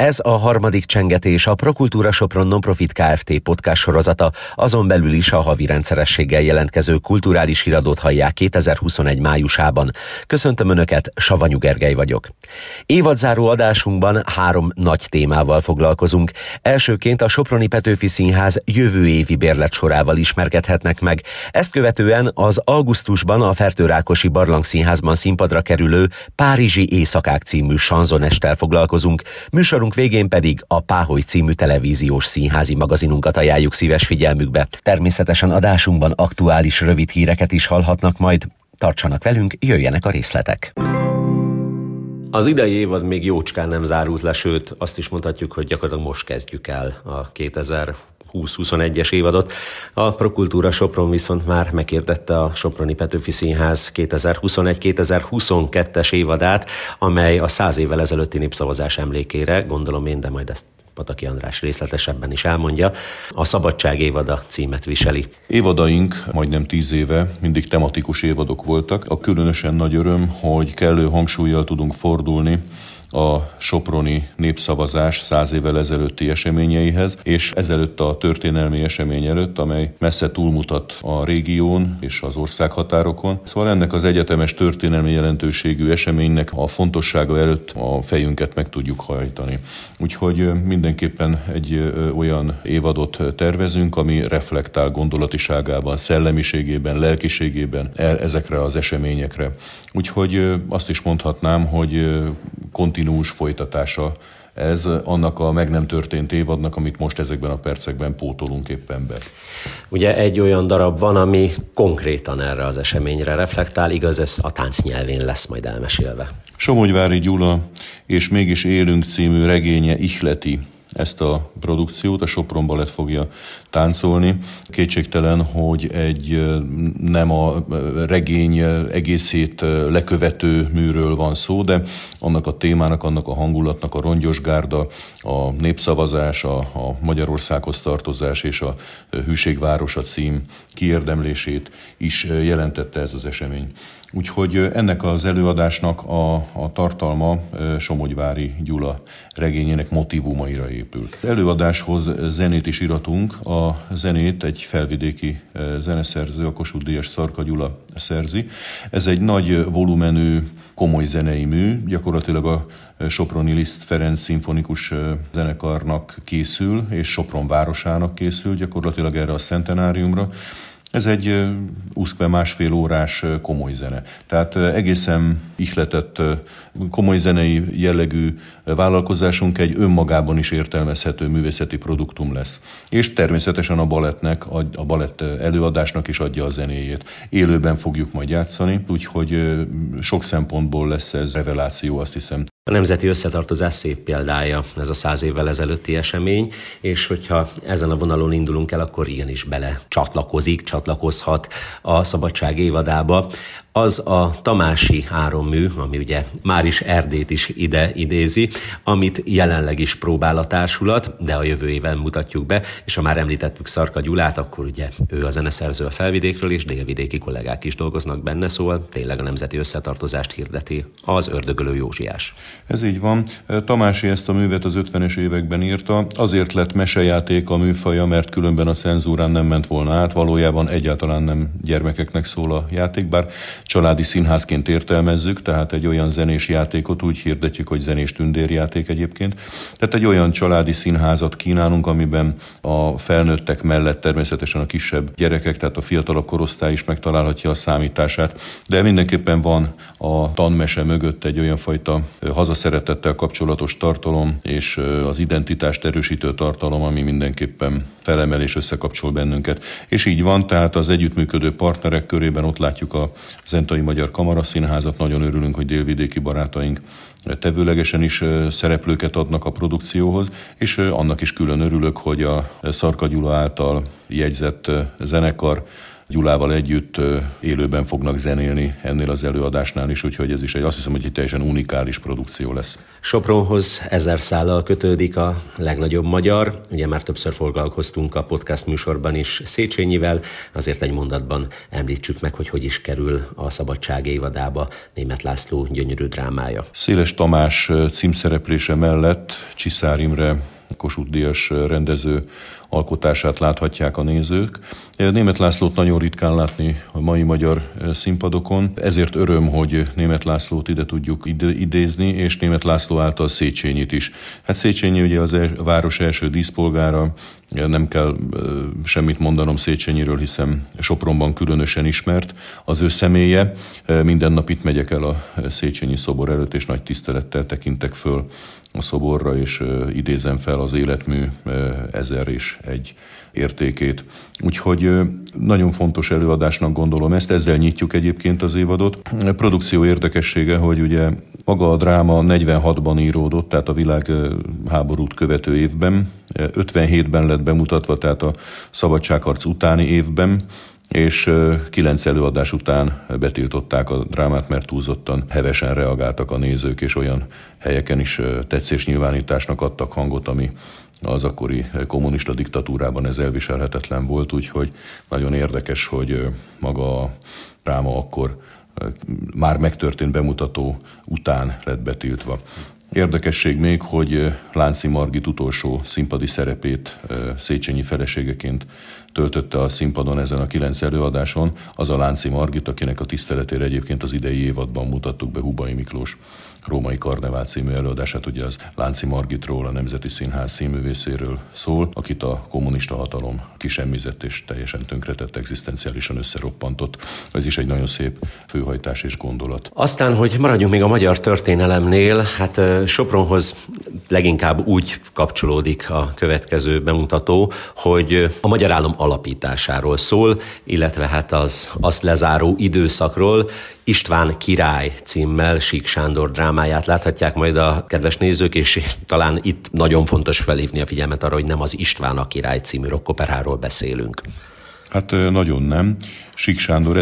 Ez a harmadik csengetés, a Prokultúra Sopron Nonprofit Kft. Podcast sorozata, azon belül is a havi rendszerességgel jelentkező kulturális híradót hallják 2021 májusában. Köszöntöm Önöket, Savanyú Gergely vagyok. Évadzáró adásunkban 3 nagy témával foglalkozunk. Elsőként a Soproni Petőfi Színház jövő évi bérletsorával ismerkedhetnek meg. Ezt követően az augusztusban a Fertőrákosi Barlangszínházban színpadra kerülő Párizsi éjszakák című sanzonesttel foglalkozunk. Műsorunk végén pedig a Páholy című televíziós színházi magazinunkat ajánljuk szíves figyelmükbe. Természetesen adásunkban aktuális rövid híreket is hallhatnak majd. Tartsanak velünk, jöjjenek a részletek! Az idei évad még jócskán nem zárult le, sőt azt is mondhatjuk, hogy gyakorlatilag most kezdjük el a 2020-21-es évadot. A Prokultúra Sopron viszont már meghirdette a Soproni Petőfi Színház 2021-2022-es évadát, amely a 100 évvel ezelőtti népszavazás emlékére, gondolom én, de majd ezt Pataki András részletesebben is elmondja, a Szabadság évada címet viseli. Évadaink majdnem 10 éve mindig tematikus évadok voltak. A különösen nagy öröm, hogy kellő hangsúllyal tudunk fordulni a soproni népszavazás 100 évvel ezelőtti eseményeihez, és ezelőtt a történelmi esemény előtt, amely messze túlmutat a régión és az országhatárokon. Szóval ennek az egyetemes történelmi jelentőségű eseménynek a fontossága előtt a fejünket meg tudjuk hajtani. Úgyhogy mindenképpen egy olyan évadot tervezünk, ami reflektál gondolatiságában, szellemiségében, lelkiségében ezekre az eseményekre. Úgyhogy azt is mondhatnám, hogy kontinuus folytatása ez annak a meg nem történt évadnak, amit most ezekben a percekben pótolunk éppen be. Ugye egy olyan darab van, ami konkrétan erre az eseményre reflektál, igaz, ez a táncnyelvén lesz majd elmesélve. Somogyvári Gyula és Mégis élünk című regénye ihleti ezt a produkciót, a Sopron Balett fogja táncolni. Kétségtelen, hogy egy nem a regény egészét lekövető műről van szó, de annak a témának, annak a hangulatnak a rongyosgárda, a népszavazás, a Magyarországhoz tartozás és a Hűségvárosa cím kiérdemlését is jelentette ez az esemény. Úgyhogy ennek az előadásnak a tartalma Somogyvári Gyula regényének motivumaira épül. Előadáshoz zenét is iratunk, a zenét egy felvidéki zeneszerző, a Kossuth-díjas Szarka Gyula szerzi. Ez egy nagy volumenű, komoly zenei mű, gyakorlatilag a Soproni Liszt Ferenc szimfonikus zenekarnak készül, és Sopron városának készül gyakorlatilag erre a centenáriumra. Ez egy uszkve másfél órás komoly zene. Tehát egészen ihletett, komoly zenei jellegű vállalkozásunk egy önmagában is értelmezhető művészeti produktum lesz. És természetesen a balettnek, a balett előadásnak is adja a zenéjét. Élőben fogjuk majd játszani, úgyhogy sok szempontból lesz ez reveláció, azt hiszem. A nemzeti összetartozás szép példája ez a 100 évvel ezelőtti esemény, és hogyha ezen a vonalon indulunk el, akkor igenis bele csatlakozhat a Szabadság évadába. Az a tamási árommű, ami ugye már is Erdélyt is ide idézi, amit jelenleg is próbál a társulat, de a jövő éven mutatjuk be, és ha már említettük Szarka Gyulát, akkor ugye ő a zeneszerző a Felvidékről, és délvidéki kollégák is dolgoznak benne, szóval tényleg a nemzeti összetartozást hirdeti az Ördögölő Józsiás. Ez így van. Tamási ezt a művet az 50-es években írta. Azért lett mesejáték a műfaja, mert különben a cenzúrán nem ment volna át. Valójában egyáltalán nem gyermekeknek szól a játék, bár családi színházként értelmezzük, tehát egy olyan zenés játékot úgy hirdetjük, hogy zenés tündérjáték egyébként. Tehát egy olyan családi színházat kínálunk, amiben a felnőttek mellett természetesen a kisebb gyerekek, tehát a fiatalabb korosztály is megtalálhatja a számítását, de mindenképpen van a tanmese mögött egy olyan fajta hazaszeretettel kapcsolatos tartalom, és az identitást erősítő tartalom, ami mindenképpen felemel és összekapcsol bennünket. És így van, tehát az együttműködő partnerek körében ott látjuk a Zentai Magyar Kamaraszínházat, nagyon örülünk, hogy délvidéki barátaink tevőlegesen is szereplőket adnak a produkcióhoz, és annak is külön örülök, hogy a Szarka Gyula által jegyzett zenekar Gyulával együtt élőben fognak zenélni ennél az előadásnál is, úgyhogy ez is azt hiszem, hogy egy teljesen unikális produkció lesz. Sopronhoz 1000 szállal kötődik a legnagyobb magyar. Ugye már többször foglalkoztunk a podcast műsorban is Széchenyivel, azért egy mondatban említsük meg, hogy is kerül a Szabadság évadába Németh László gyönyörű drámája. Széles Tamás címszereplése mellett Csiszár Imre Kossuth-díjas rendező alkotását láthatják a nézők. Németh Lászlót nagyon ritkán látni a mai magyar színpadokon, ezért öröm, hogy Németh Lászlót ide tudjuk idézni, és Németh László által Széchenyit is. Hát Széchenyi ugye a város első díszpolgára, nem kell semmit mondanom Széchenyiről, hiszen Sopronban különösen ismert az ő személye. Minden nap itt megyek el a Széchenyi szobor előtt, és nagy tisztelettel tekintek föl a szoborra, és idézem fel az életmű 1001 értékét. Úgyhogy nagyon fontos előadásnak gondolom ezt, ezzel nyitjuk egyébként az évadot. A produkció érdekessége, hogy ugye maga a dráma 46-ban íródott, tehát a világháborút követő évben, 57-ben lett bemutatva, tehát a szabadságharc utáni évben, és 9 előadás után betiltották a drámát, mert túlzottan hevesen reagáltak a nézők, és olyan helyeken is tetszésnyilvánításnak adtak hangot, ami az akkori kommunista diktatúrában ez elviselhetetlen volt, úgyhogy nagyon érdekes, hogy maga a dráma akkor már megtörtént bemutató után lett betiltva. Érdekesség még, hogy Lánczy Margit utolsó színpadi szerepét Széchenyi feleségeként töltötte a színpadon ezen a 9 előadáson, az a Lánczy Margit, akinek a tiszteletére egyébként az idei évadban mutattuk be Hubay Miklós Római Karnevál című előadását, ugye az Lánczy Margitról, a Nemzeti Színház színművészéről szól, akit a kommunista hatalom kisemmizett és teljesen tönkretett, egzisztenciálisan összeroppantott. Ez is egy nagyon szép főhajtás és gondolat. Aztán, hogy maradjunk még a magyar történelemnél, hát Sopronhoz leginkább úgy kapcsolódik a következő bemutató, hogy a magyar állam alapításáról szól, illetve hát az azt lezáró időszakról. István király címmel Sík Sándor drámáját láthatják majd a kedves nézők, és talán itt nagyon fontos felhívni a figyelmet arra, hogy nem az István a király című rockoperáról beszélünk. Hát nagyon nem. Sík Sándor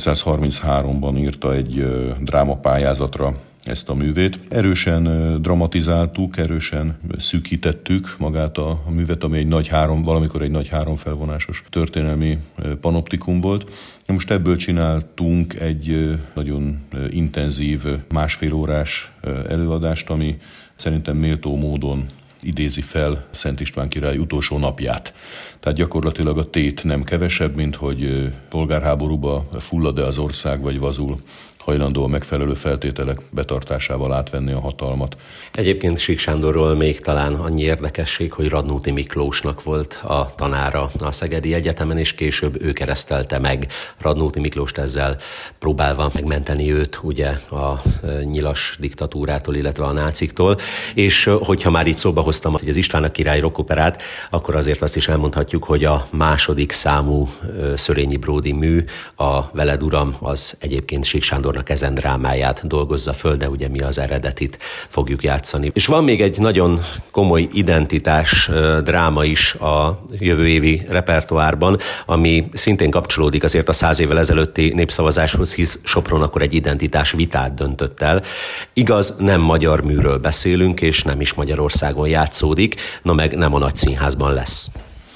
1933-ban írta egy drámapályázatra ezt a művét. Erősen dramatizáltuk, erősen szűkítettük magát a művet, ami valamikor egy nagy háromfelvonásos történelmi panoptikum volt. Most ebből csináltunk egy nagyon intenzív, másfél órás előadást, ami szerintem méltó módon idézi fel Szent István király utolsó napját. Tehát gyakorlatilag a tét nem kevesebb, mint hogy polgárháborúba fullad-e az ország, vagy vazul hajlandó a megfelelő feltételek betartásával átvenni a hatalmat. Egyébként Sík Sándorról még talán annyi érdekesség, hogy Radnóti Miklósnak volt a tanára a Szegedi Egyetemen, és később ő keresztelte meg Radnóti Miklóst, ezzel próbálva megmenteni őt ugye a nyilas diktatúrától, illetve a náciktól. És hogyha már itt szóba hoztam, hogy az István a király rockoperát, akkor azért azt is elmondhatjuk, hogy a második számú Szörényi Bródi mű, a Veled Uram, az egyébként Sík Sándor ezen drámáját dolgozza föl, de ugye mi az eredetit fogjuk játszani. És van még egy nagyon komoly identitás dráma is a jövő évi repertoárban, ami szintén kapcsolódik azért a 100 évvel ezelőtti népszavazáshoz, hisz Sopron akkor egy identitás vitát döntött el. Igaz, nem magyar műről beszélünk, és nem is Magyarországon játszódik, na meg nem a Nagyszínházban lesz.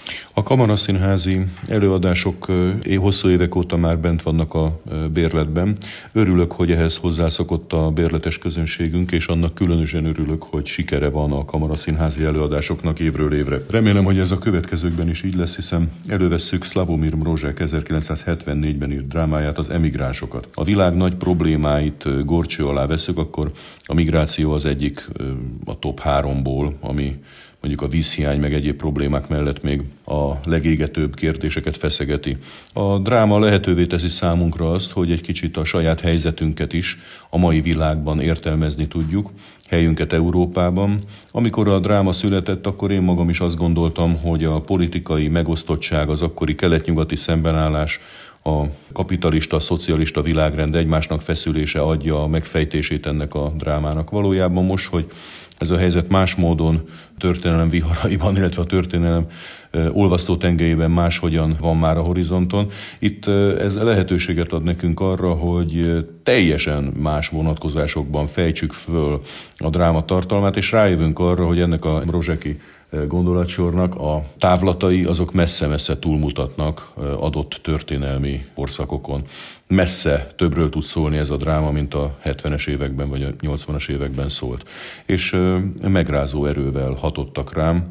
A kamaraszínházi előadások hosszú évek óta már bent vannak a bérletben. Örülök, hogy ehhez hozzászokott a bérletes közönségünk, és annak különösen örülök, hogy sikere van a kamaraszínházi előadásoknak évről évre. Remélem, hogy ez a következőkben is így lesz, hiszen elővesszük Slavomir Mrozek 1974-ben írt drámáját, az Emigránsokat. A világ nagy problémáit górcső alá veszük, akkor a migráció az egyik a top 3-ból, ami mondjuk a vízhiány meg egyéb problémák mellett még a legégetőbb kérdéseket feszegeti. A dráma lehetővé teszi számunkra azt, hogy egy kicsit a saját helyzetünket is a mai világban értelmezni tudjuk, helyünket Európában. Amikor a dráma született, akkor én magam is azt gondoltam, hogy a politikai megosztottság, az akkori kelet-nyugati szembenállás, a kapitalista, a szocialista világrend egymásnak feszülése adja a megfejtését ennek a drámának. Valójában most, hogy ez a helyzet más módon történelem viharaiban, illetve a történelem olvasztó tengelyében máshogyan van már a horizonton. Itt ez lehetőséget ad nekünk arra, hogy teljesen más vonatkozásokban fejtsük föl a dráma tartalmát, és rájövünk arra, hogy ennek a rozseki gondolatsornak a távlatai azok messze-messze túlmutatnak adott történelmi korszakokon. Messze többről tud szólni ez a dráma, mint a 70-es években vagy a 80-as években szólt. És megrázó erővel hatottak rám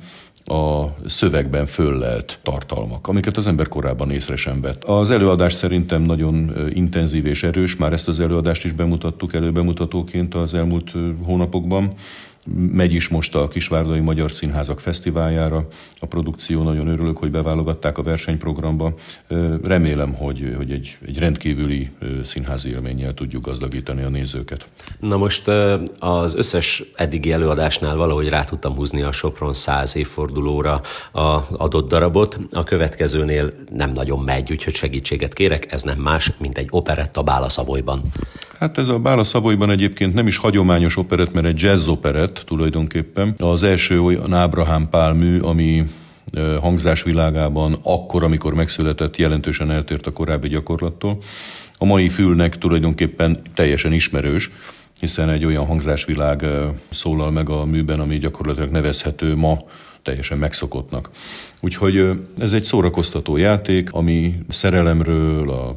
a szövegben föllelt tartalmak, amiket az ember korábban észre sem vett. Az előadás szerintem nagyon intenzív és erős, már ezt az előadást is bemutattuk előbemutatóként az elmúlt hónapokban. Megy is most a Kisvárdai Magyar Színházak Fesztiváljára. A produkció, nagyon örülök, hogy beválogatták a versenyprogramba. Remélem, hogy egy rendkívüli színházi élménnyel tudjuk gazdagítani a nézőket. Na most az összes eddigi előadásnál valahogy rá tudtam húzni a Sopron 100 évfordulóra az adott darabot. A következőnél nem nagyon megy, úgyhogy segítséget kérek. Ez nem más, mint egy operetta Bála Savoyban. Hát ez a Bála Savoyban egyébként nem is hagyományos operett, mert egy jazz operett tulajdonképpen. Az első olyan Ábrahám Pál mű, ami hangzásvilágában akkor, amikor megszületett, jelentősen eltért a korábbi gyakorlattól. A mai fülnek tulajdonképpen teljesen ismerős, hiszen egy olyan hangzásvilág szólal meg a műben, ami gyakorlatilag nevezhető ma teljesen megszokottnak. Úgyhogy ez egy szórakoztató játék, ami szerelemről, a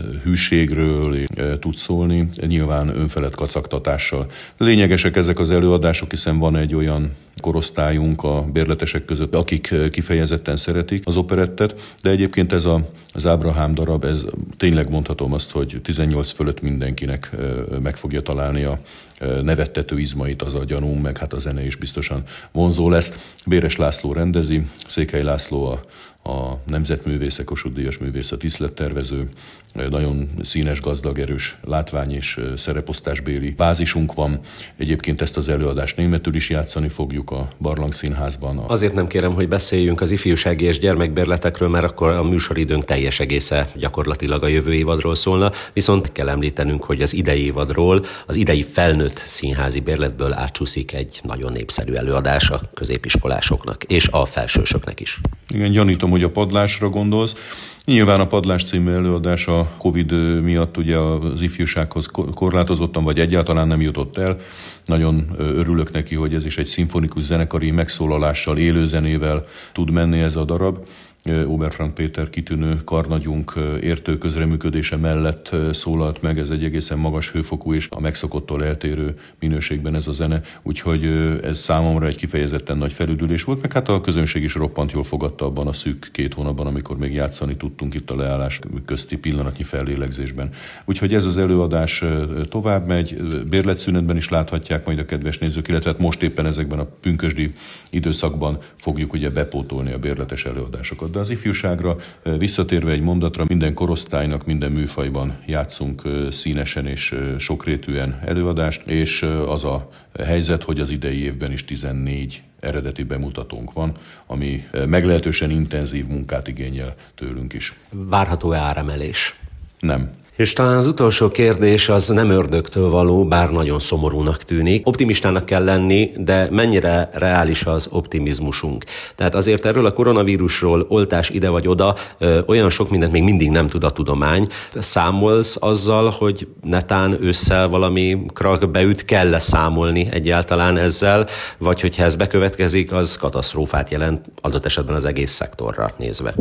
hűségről tud szólni, nyilván önfelett kacagtatással. Lényegesek ezek az előadások, hiszen van egy olyan korosztályunk a bérletesek között, akik kifejezetten szeretik az operettet, de egyébként ez az Ábrahám darab, ez tényleg mondhatom azt, hogy 18 fölött mindenkinek meg fogja találni a nevettető izmait, az a gyanúm, meg hát a zene is biztosan vonzó lesz. Béres László rendezi, Székely László a nemzetművész, Kossuth Díjas művész, a díszlettervező, nagyon színes, gazdag, erős látvány és szereposztásbéli bázisunk van. Egyébként ezt az előadást németül is játszani fogjuk a Barlang Színházban. Azért nem kérem, hogy beszéljünk az ifjúsági és gyermekbérletekről, mert akkor a műsoridőnk teljes egésze gyakorlatilag a jövő évadról szólna, viszont kell említenünk, hogy az idei évadról, az idei felnőtt színházi bérletből átcsúszik egy nagyon népszerű előadás a középiskolásoknak és a felsősöknek is. Igen, gyanítom, hogy a Padlásra gondolsz. Nyilván a Padlás című előadás a Covid miatt ugye az ifjúsághoz korlátozottan, vagy egyáltalán nem jutott el. Nagyon örülök neki, hogy ez is egy szimfonikus zenekari megszólalással, élőzenével tud menni ez a darab. Oberfrank Péter kitűnő karnagyunk értő közreműködése mellett szólalt meg, ez egy egészen magas hőfokú és a megszokottól eltérő minőségben ez a zene, úgyhogy ez számomra egy kifejezetten nagy felüdülés volt, meg hát a közönség is roppant jól fogadta abban a szűk 2 hónapban, amikor még játszani tudtunk itt a leállás közti pillanatnyi fellélegzésben. Úgyhogy ez az előadás tovább megy, bérletszünetben is láthatják majd a kedves nézők, illetve hát most éppen ezekben a pünkösdi időszakban fogjuk ugye bepótolni a bérletes előadásokat. De az ifjúságra visszatérve egy mondatra, minden korosztálynak, minden műfajban játszunk színesen és sokrétűen előadást, és az a helyzet, hogy az idei évben is 14 eredeti bemutatónk van, ami meglehetősen intenzív munkát igényel tőlünk is. Várható-e áremelés? Nem. És talán az utolsó kérdés az nem ördögtől való, bár nagyon szomorúnak tűnik. Optimistának kell lenni, de mennyire reális az optimizmusunk? Tehát azért erről a koronavírusról, oltás ide vagy oda, olyan sok mindent még mindig nem tud a tudomány. Számolsz azzal, hogy netán ősszel valami krak beüt, kell-e számolni egyáltalán ezzel, vagy hogyha ez bekövetkezik, az katasztrófát jelent adott esetben az egész szektorra nézve?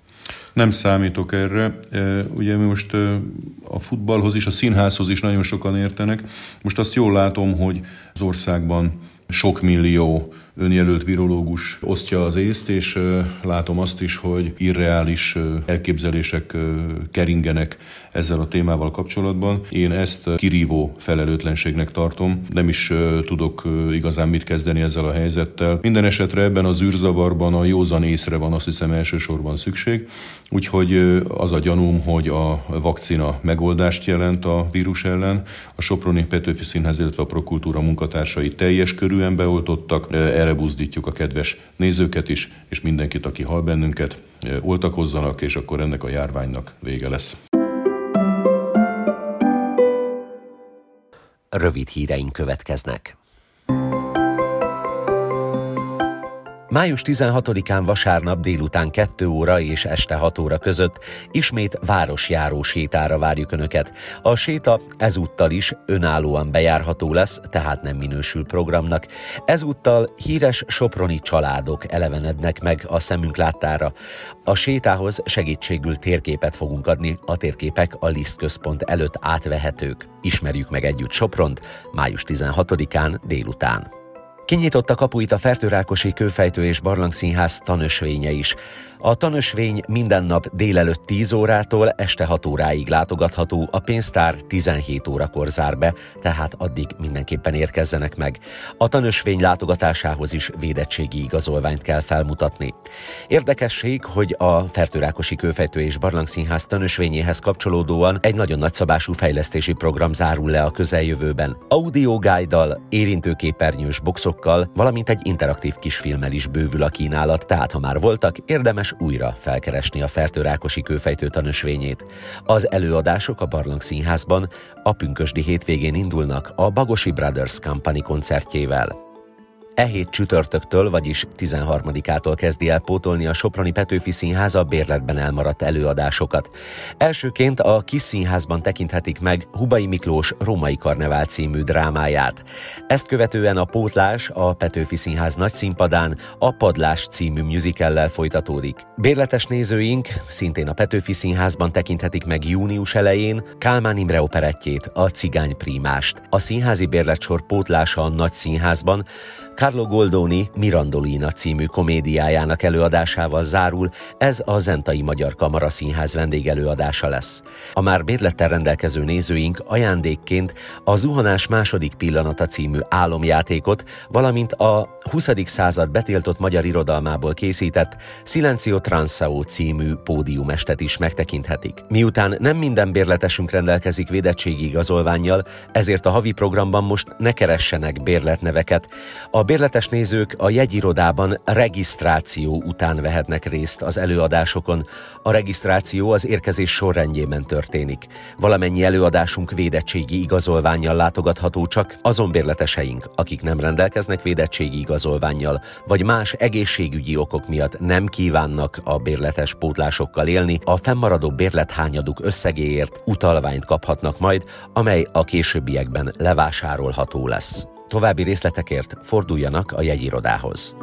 Nem számítok erre. Ugye mi most a futballhoz is, a színházhoz is nagyon sokan értenek. Most azt jól látom, hogy az országban sok millió önjelölt virológus osztja az észt, és látom azt is, hogy irreális elképzelések keringenek ezzel a témával kapcsolatban. Én ezt kirívó felelőtlenségnek tartom, nem is tudok igazán mit kezdeni ezzel a helyzettel. Minden esetre ebben az űrzavarban a józan észre van, azt hiszem, elsősorban szükség, úgyhogy az a gyanúm, hogy a vakcina megoldást jelent a vírus ellen. A Soproni Petőfi Színház, illetve a Prokultúra munkatársai teljes körűen beoltottak, erre buzdítjuk a kedves nézőket is, és mindenkit, aki hall bennünket, oltakozzanak, és akkor ennek a járványnak vége lesz. Rövid híreink következnek. Május 16-án vasárnap délután 2 óra és este 6 óra között ismét városjáró sétára várjuk Önöket. A séta ezúttal is önállóan bejárható lesz, tehát nem minősül programnak. Ezúttal híres soproni családok elevenednek meg a szemünk láttára. A sétához segítségül térképet fogunk adni, a térképek a Liszt központ előtt átvehetők. Ismerjük meg együtt Sopront május 16-án délután. Kinyitotta kapuit a Fertőrákosi Kőfejtő és Barlangszínház tanösvénye is. A tanösvény minden nap délelőtt 10 órától este 6 óráig látogatható, a pénztár 17 órakor zár be, tehát addig mindenképpen érkezzenek meg. A tanösvény látogatásához is védettségi igazolványt kell felmutatni. Érdekesség, hogy a Fertőrákosi Kőfejtő és Barlangszínház tanösvényéhez kapcsolódóan egy nagyon nagyszabású fejlesztési program zárul le a közeljövőben. Audioguide-dal, érintőképernyős boxokkal, valamint egy interaktív kisfilmmel is bővül a kínálat, tehát ha már voltak, érdemes újra felkeresni a Fertőrákosi Kőfejtő tanösvényét. Az előadások a Barlangszínházban a pünkösdi hétvégén indulnak a Bagosi Brothers Company koncertjével. E hét csütörtöktől, vagyis 13-ától kezdi el pótolni a Soproni Petőfi Színház a bérletben elmaradt előadásokat. Elsőként a Kis Színházban tekinthetik meg Hubay Miklós Római Karnevál című drámáját. Ezt követően a pótlás a Petőfi Színház nagyszínpadán a Padlás című musicallel folytatódik. Bérletes nézőink szintén a Petőfi Színházban tekinthetik meg június elején Kálmán Imre operettjét, a Cigány Prímást. A színházi bérletsor pótlása a Nagyszínházban Carlo Goldoni Mirandolina című komédiájának előadásával zárul, ez a Zentai Magyar Kamara Színház vendégelőadása lesz. A már bérlettel rendelkező nézőink ajándékként a Zuhanás második pillanata című álomjátékot, valamint a 20. század betiltott magyar irodalmából készített Silencio Transao című pódiumestet is megtekinthetik. Miután nem minden bérletesünk rendelkezik védettségi igazolvánnyal, ezért a havi programban most ne keressenek bérletneveket. A bérletes nézők a jegyirodában regisztráció után vehetnek részt az előadásokon. A regisztráció az érkezés sorrendjében történik. Valamennyi előadásunk védettségi igazolvánnyal látogatható, csak azon bérleteseink, akik nem rendelkeznek védettségi igazolvánnyal, vagy más egészségügyi okok miatt nem kívánnak a bérletes pótlásokkal élni, a fennmaradó bérlethányaduk összegéért utalványt kaphatnak majd, amely a későbbiekben levásárolható lesz. További részletekért forduljanak a jegyirodához.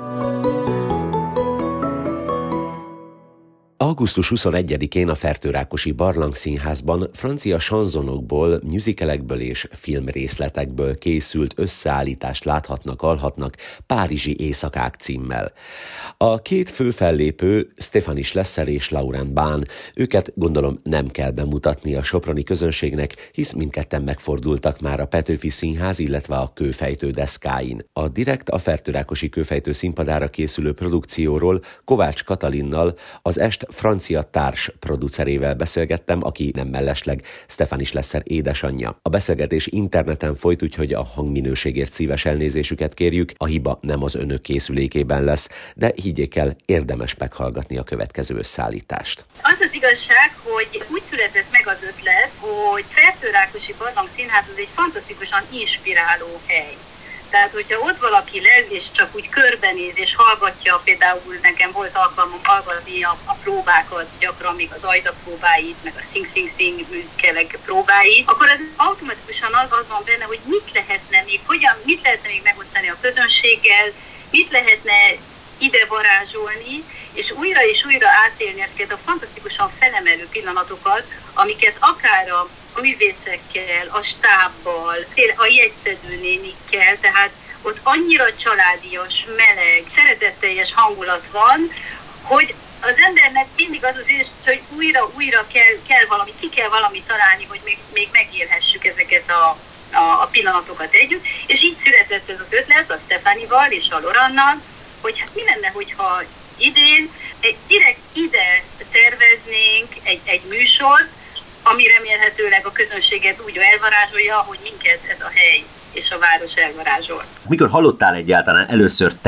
Augusztus 21-én a Fertőrákosi Barlangszínházban francia sanzonokból, musicalekből és filmrészletekből készült összeállítást láthatnak, hallhatnak Párizsi éjszakák címmel. A két főfellépő, Stéphanie Schlesser és Laurent Bahn, őket gondolom nem kell bemutatni a soproni közönségnek, hisz mindketten megfordultak már a Petőfi Színház, illetve a Kőfejtő deszkáin. A direkt a Fertőrákosi Kőfejtő színpadára készülő produkcióról Kovács Katalinnal, az est francia társ producerével beszélgettem, aki nem mellesleg Stéphanie Schlesser édesanyja. A beszélgetés interneten folyt, úgyhogy a hangminőségért szíves elnézésüket kérjük, a hiba nem az önök készülékében lesz, de higgyék el, érdemes meghallgatni a következő összeállítást. Az az igazság, hogy úgy született meg az ötlet, hogy Fertőrákosi Barlangszínház az egy fantasztikusan inspiráló hely. Tehát, hogyha ott valaki leül és csak úgy körbenéz és hallgatja, például nekem volt alkalmam hallgatni a próbákat, gyakran még az Ajda próbáit, meg a Sing-Sing-Sing műkelek próbáit, akkor ez automatikusan az van benne, hogy mit lehetne még megosztani a közönséggel, mit lehetne ide varázsolni, és újra átélni ezeket a fantasztikusan felemelő pillanatokat, amiket akár a művészekkel, a stábbal, a jegyszedő nénikkel, tehát ott annyira családias, meleg, szeretetteljes hangulat van, hogy az embernek mindig az az érzés, hogy újra kell valamit találni, hogy még megélhessük ezeket a pillanatokat együtt, és így született ez az ötlet a Stéphanie-val és a Lorannal, hogy hát mi lenne, hogyha idén direkt ide terveznénk egy műsort, ami remélhetőleg a közönséget úgy elvarázsolja, hogy minket ez a hely és a város elvarázsol. Mikor hallottál egyáltalán először te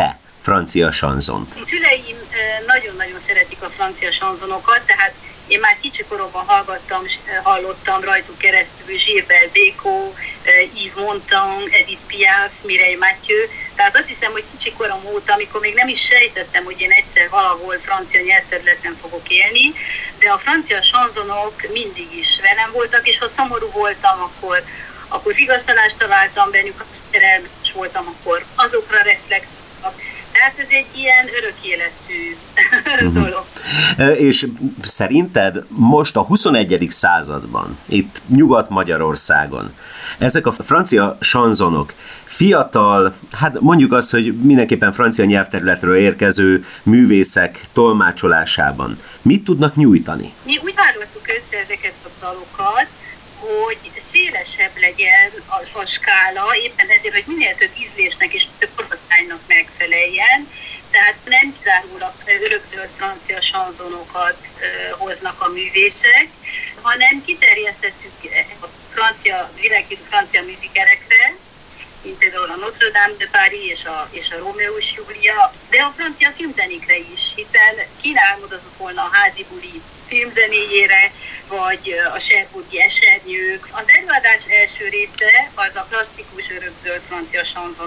francia sanzont? Szüleim nagyon-nagyon szeretik a francia sanzonokat, tehát én már kicsi koromban hallottam rajtuk keresztül Gilbert Bécaud, Yves Montand, Edith Piaf, Mireille Mathieu. Tehát azt hiszem, hogy kicsi korom óta, amikor még nem is sejtettem, hogy én egyszer valahol francia nyelvterületen fogok élni, de a francia sanzonok mindig is velem voltak, és ha szomorú voltam, akkor vigasztalást találtam bennük, ha szerelmes voltam, akkor azokra reflektáltam. Tehát ez egy ilyen örök életű dolog. És szerinted most a 21. században, itt Nyugat-Magyarországon, ezek a francia sanzonok fiatal, hát mondjuk azt, hogy mindenképpen francia nyelvterületről érkező művészek tolmácsolásában mit tudnak nyújtani? Mi úgy vállaltuk össze ezeket a dalokat, hogy szélesebb legyen a skála, éppen ezért, hogy minél több ízlésnek és több korosztálynak megfeleljen. Tehát nem kizárólag örökzöld francia sanzonokat hoznak a művészek, hanem kiterjesztettük a világhírű francia műzikerekre, mint például a Notre Dame de Paris és a Rómeó és Júlia, de a francia filmzenékre is, hiszen ki álmodozott volna a Házi buli filmzenéjére, vagy a Cherbourgi esernyők. Az előadás első része az a klasszikus örökzöld francia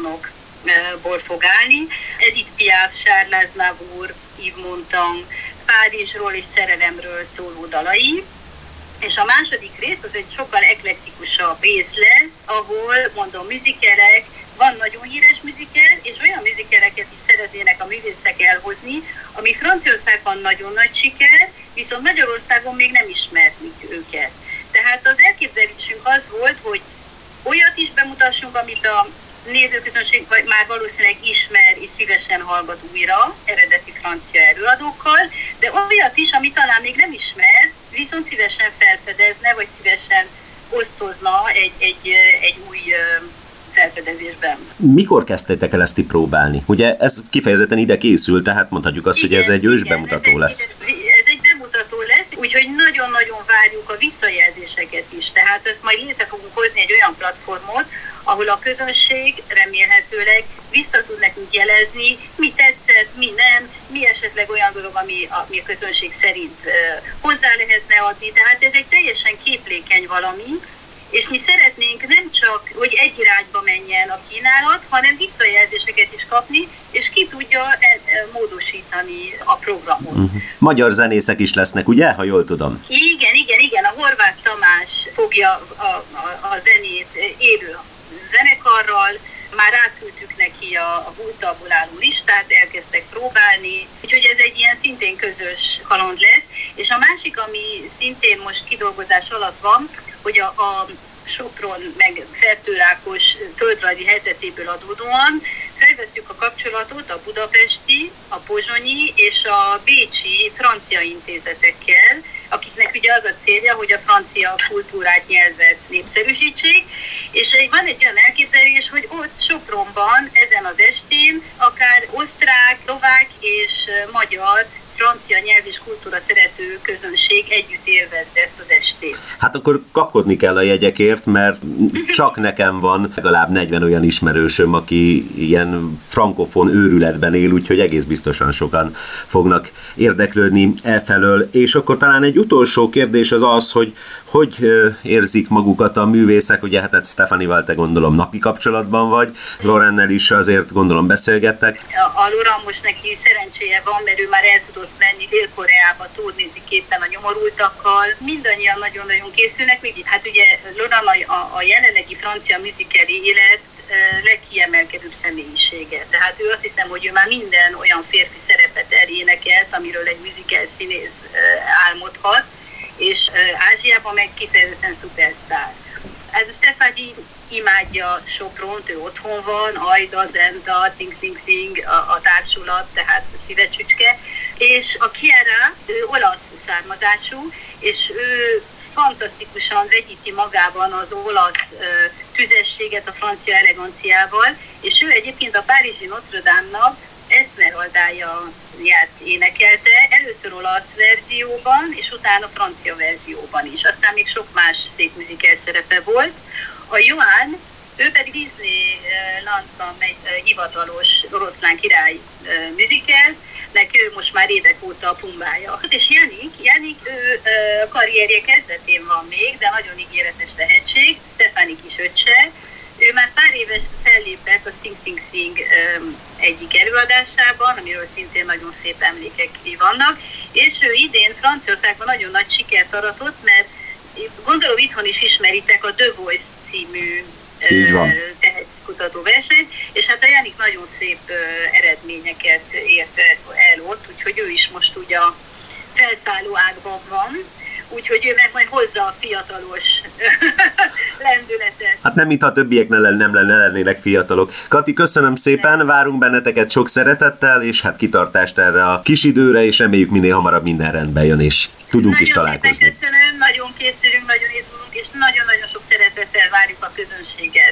sanzonokból fog állni. Edith Piaf, Charles Aznavour, Yves Montand, Párizsról és szerelemről szóló dalai. És a második rész az egy sokkal eklektikusabb rész lesz, ahol, mondom, műzikerek, van nagyon híres műziker, és olyan műzikereket is szeretnének a művészek elhozni, ami Franciaországban nagyon nagy siker, viszont Magyarországon még nem ismernik őket. Tehát az elképzelésünk az volt, hogy olyat is bemutassunk, amit a nézőközönség már valószínűleg ismer és szívesen hallgat újra, eredeti francia előadókkal, de olyat is, amit talán még nem ismer, viszont szívesen felfedezne, vagy szívesen osztozna egy új felfedezésben. Mikor kezdtétek el ezt próbálni? Ugye ez kifejezetten ide készül, tehát mondhatjuk azt, hogy ez egy ősbemutató lesz. Ez egy bemutató lesz, úgyhogy nagyon-nagyon várjuk a visszajelzéseket is. Tehát ezt majd létre fogunk hozni egy olyan platformot, ahol a közönség remélhetőleg vissza tud nekünk jelezni, mi tetszett, mi nem, mi esetleg olyan dolog, ami a közönség szerint hozzá lehetne adni. Tehát ez egy teljesen képlékeny valami, és mi szeretnénk nem csak, hogy egy irányba menjen a kínálat, hanem visszajelzéseket is kapni, és ki tudja módosítani a programot. Magyar zenészek is lesznek, ugye, ha jól tudom? Igen. A Horváth Tamás fogja a zenét élő zenekarral, már átküldtük neki a 20 dalból álló listát, elkezdtek próbálni, úgyhogy ez egy ilyen szintén közös kaland lesz. És a másik, ami szintén most kidolgozás alatt van, hogy a Sopron meg Fertőrákos földrajzi helyzetéből adódóan felvesszük a kapcsolatot a budapesti, a pozsonyi és a bécsi francia intézetekkel, akiknek ugye az a célja, hogy a francia kultúrát, nyelvet népszerűsítsék, és van egy olyan elképzelés, hogy ott Sopronban ezen az estén akár osztrák, szlovák és magyar francia nyelv és kultúra szerető közönség együtt élvezde ezt az estét. Hát akkor kapkodni kell a jegyekért, mert csak nekem van legalább 40 olyan ismerősöm, aki ilyen frankofon őrületben él, úgyhogy egész biztosan sokan fognak érdeklődni elfelől. És akkor talán egy utolsó kérdés az, hogy érzik magukat a művészek, ugye hát Stefanival te gondolom napi kapcsolatban vagy, Lorennel is azért gondolom beszélgettek. A Loran most neki szerencséje van, mert ő már el tudott menni Dél-Koreába, turnézik éppen a nyomorultakkal. Mindannyian nagyon-nagyon készülnek. Hát ugye Loran a jelenlegi francia műzikeri élet legkiemelkedőbb személyisége. Tehát ő azt hiszem, hogy ő már minden olyan férfi szerepet elénekelt, amiről egy műzikel színész álmodhat, és Ázsiában meg kifejezetten szupersztár. Ez a Stefani imádja Sopront, ő otthon van, Ajda, Zenta, Sing, a társulat, tehát szívecsücske, és a Chiara, ő olasz származású, és ő fantasztikusan vegyíti magában az olasz tüzességet a francia eleganciával, és ő egyébként a párizsi Notre Dame-nak Esmeraldáját énekelte, először olasz verzióban, és utána francia verzióban is. Aztán még sok más szép műzikel szerepe volt. A Johann Ő pedig Disneylandban megy hivatalos oroszlán király musical, neki ő most már évek óta a pumbája. És Janik ő karrierje kezdetén van még, de nagyon ígéretes tehetség, Stefani kis öccse. Ő már pár éves fellépett a Sing Sing Sing egyik előadásában, amiről szintén nagyon szép emlékek vannak, és ő idén Franciaországban nagyon nagy sikert aratott, mert gondolom itthon is ismeritek a The Voice című tehetségkutató versenyt, és hát a Janik nagyon szép eredményeket ért el ott, úgyhogy ő is most ugye a felszálló ágban van, úgyhogy ő meg majd hozza a fiatalos lendületet. Hát nem, mintha a többiek nem lennének fiatalok. Kati, köszönöm szépen, várunk benneteket sok szeretettel, és hát kitartást erre a kis időre, és reméljük minél hamarabb minden rendben jön, és tudunk nagyon is találkozni. Nagyon köszönöm, nagyon készülünk, nagyon izgulunk, és nagyon-nagyon sok szeretettel várjuk a közönséget.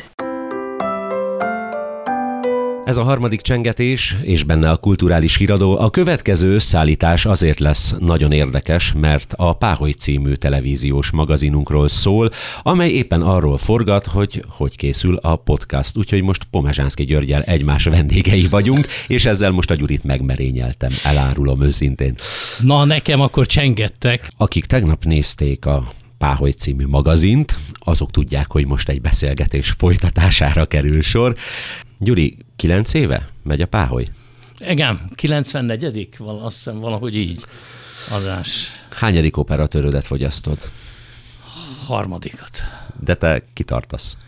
Ez a harmadik csengetés, és benne a kulturális híradó. A következő összeállítás azért lesz nagyon érdekes, mert a Páholy című televíziós magazinunkról szól, amely éppen arról forgat, hogy készül a podcast. Úgyhogy most Pomezsánszky Györggyel egymás vendégei vagyunk, és ezzel most a Gyurit megmerényeltem, elárulom őszintén. Na, nekem akkor csengettek. Akik tegnap nézték a Páholy című magazint, azok tudják, hogy most egy beszélgetés folytatására kerül sor. Gyuri, 9 éve megy a Páholy? Igen, 94. Azt hiszem valahogy így adás. Hányadik operatőrödet fogyasztod? 3. De te kitartasz.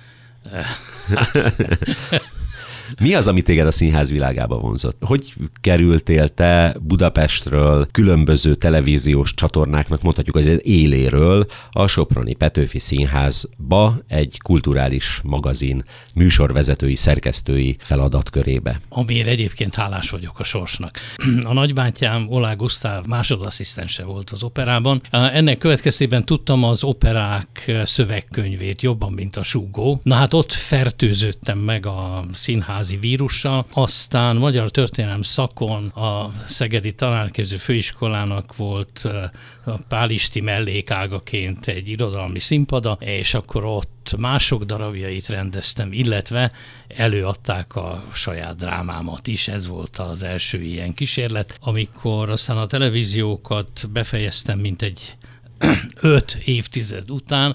Mi az, ami téged a színház világába vonzott? Hogy kerültél te Budapestről, különböző televíziós csatornáknak, mondhatjuk az éléről, a Soproni Petőfi Színházba egy kulturális magazin műsorvezetői, szerkesztői feladatkörébe? Amiért egyébként hálás vagyok a sorsnak. A nagybátyám Olá Gusztáv másodasszisztense volt az operában. Ennek következtében tudtam az operák szövegkönyvét jobban, mint a súgó. Na hát ott fertőződtem meg a színházi vírussal, aztán magyar történelem szakon a Szegedi Tanárképző Főiskolának volt a Pálisti mellékágaként egy irodalmi színpada, és akkor ott mások darabjait rendeztem, illetve előadták a saját drámámat is, ez volt az első ilyen kísérlet. Amikor aztán a televíziókat befejeztem, mint egy 5 évtized után,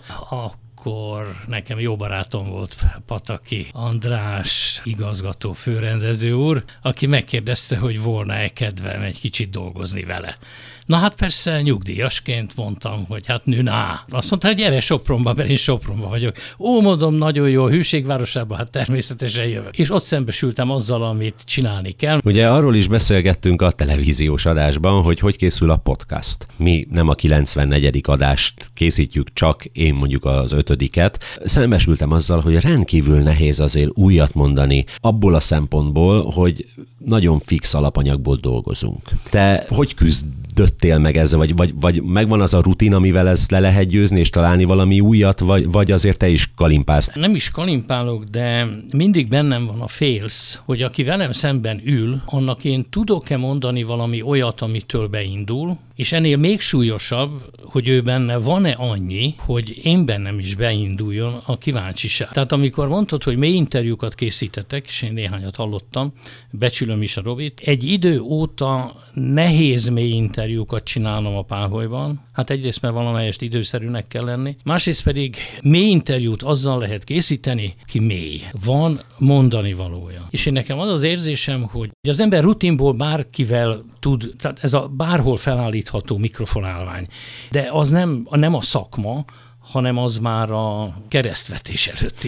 akkor nekem jó barátom volt Pataki András igazgató főrendező úr, aki megkérdezte, hogy volna-e kedvem egy kicsit dolgozni vele. Na hát persze nyugdíjasként mondtam, hogy hát nüná. Azt mondta, hogy gyere Sopronba, mert én Sopronba vagyok. Ó, mondom, nagyon jó, hűségvárosában, hát természetesen jövök. És ott szembesültem azzal, amit csinálni kell. Ugye arról is beszélgettünk a televíziós adásban, hogy készül a podcast. Mi nem a 94. adást készítjük, csak én mondjuk az 5-et. Szembesültem azzal, hogy rendkívül nehéz azért újat mondani abból a szempontból, hogy nagyon fix alapanyagból dolgozunk. Te hogy küzdöttél meg ezzel, vagy megvan az a rutin, amivel ezt le lehet győzni, és találni valami újat, vagy azért te is kalimpálsz? Nem is kalimpálok, de mindig bennem van a félsz, hogy aki velem szemben ül, annak én tudok-e mondani valami olyat, amitől beindul, és ennél még súlyosabb, hogy ő benne van-e annyi, hogy én bennem is beinduljon a kíváncsiság. Tehát amikor mondtad, hogy mély interjúkat készítettek, és én néhányat hallottam, becsülöm is a Robit, egy idő óta nehéz mély interjúkat csinálnom a Páholyban. Hát egyrészt, mert valamelyest időszerűnek kell lenni, másrészt pedig mély interjút azzal lehet készíteni, ki mély. Van mondani valója. És én nekem az az érzésem, hogy az ember rutinból bárkivel tud, tehát ez a bárhol felállítható mikrofonálvány, de az nem a szakma, hanem az már a keresztvetés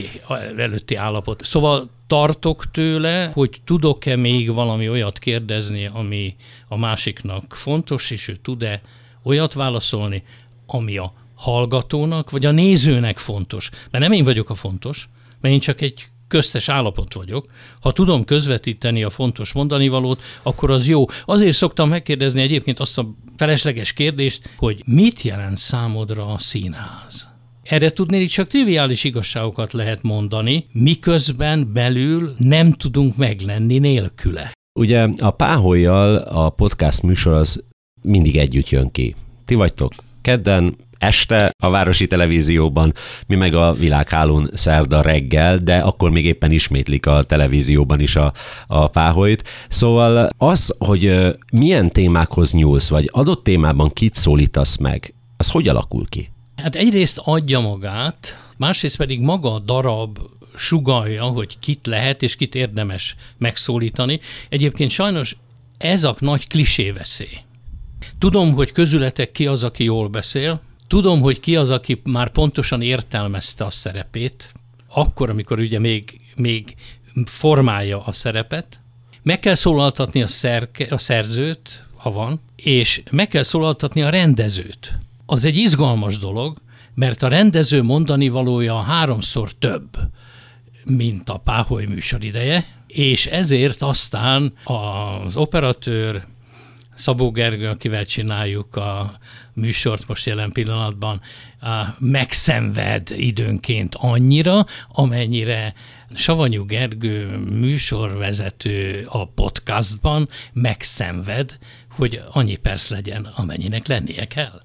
előtti állapot. Szóval tartok tőle, hogy tudok-e még valami olyat kérdezni, ami a másiknak fontos, és ő tud-e olyat válaszolni, ami a hallgatónak, vagy a nézőnek fontos. Mert nem én vagyok a fontos, mert én csak egy köztes állapot vagyok. Ha tudom közvetíteni a fontos mondanivalót, akkor az jó. Azért szoktam megkérdezni egyébként azt a felesleges kérdést, hogy mit jelent számodra a színház? Erre tudnék csak triviális igazságokat lehet mondani, miközben belül nem tudunk meglenni nélküle. Ugye a Páhollyal a podcast műsor az mindig együtt jön ki. Ti vagytok kedden este a Városi Televízióban, mi meg a Világhálón szerda reggel, de akkor még éppen ismétlik a televízióban is a Páholyt. Szóval az, hogy milyen témákhoz nyúlsz, vagy adott témában kit szólítasz meg, az hogy alakul ki? Hát egyrészt adja magát, másrészt pedig maga a darab sugallja, hogy kit lehet és kit érdemes megszólítani. Egyébként sajnos ez a nagy kliséveszély. Tudom, hogy közületek ki az, aki jól beszél, tudom, hogy ki az, aki már pontosan értelmezte a szerepét, akkor, amikor ugye még formálja a szerepet. Meg kell szólaltatni a szerzőt, ha van, és meg kell szólaltatni a rendezőt. Az egy izgalmas dolog, mert a rendező mondani valója 3-szor több, mint a Páholy műsorideje, és ezért aztán az operatőr, Szabó Gergő, akivel csináljuk a műsort most jelen pillanatban, megszenved időnként annyira, amennyire Savanyú Gergő műsorvezető a podcastban megszenved, hogy annyi perc legyen, amennyinek lennie kell.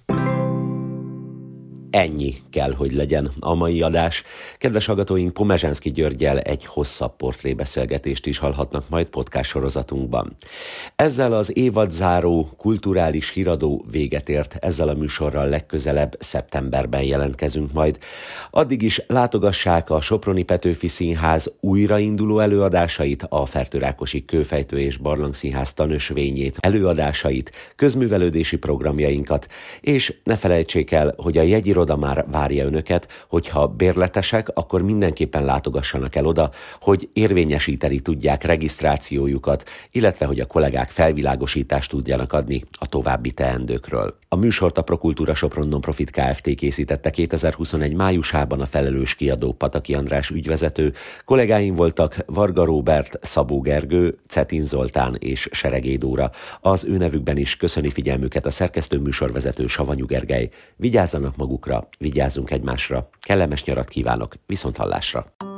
Ennyi kell, hogy legyen a mai adás. Kedves hallgatóink, Pomezsánszky Györggyel egy hosszabb portrébeszélgetést is hallhatnak majd podcast sorozatunkban. Ezzel az évadzáró kulturális híradó véget ért, ezzel a műsorral legközelebb szeptemberben jelentkezünk majd. Addig is látogassák a Soproni Petőfi Színház újrainduló előadásait, a Fertőrákosi Kőfejtő és Barlangszínház tanösvényét, előadásait, közművelődési programjainkat, és ne felejtsék el, hogy a jegyiroda már várja önöket, hogyha bérletesek, akkor mindenképpen látogassanak el oda, hogy érvényesíteni tudják regisztrációjukat, illetve hogy a kollégák felvilágosítást tudjanak adni a további teendőkről. A műsort a Prokultúra Sopron Non-Profit Kft. Készítette 2021 májusában, a felelős kiadó Pataki András ügyvezető. Kollégáim voltak Varga Róbert, Szabó Gergő, Cetin Zoltán és Seregély Dóra. Az ő nevükben is köszöni figyelmüket a szerkesztő műsorvezető Savanyú Gergely. Vigyázzanak magukra, vigyázzunk egymásra. Kellemes nyarat kívánok, viszonthallásra!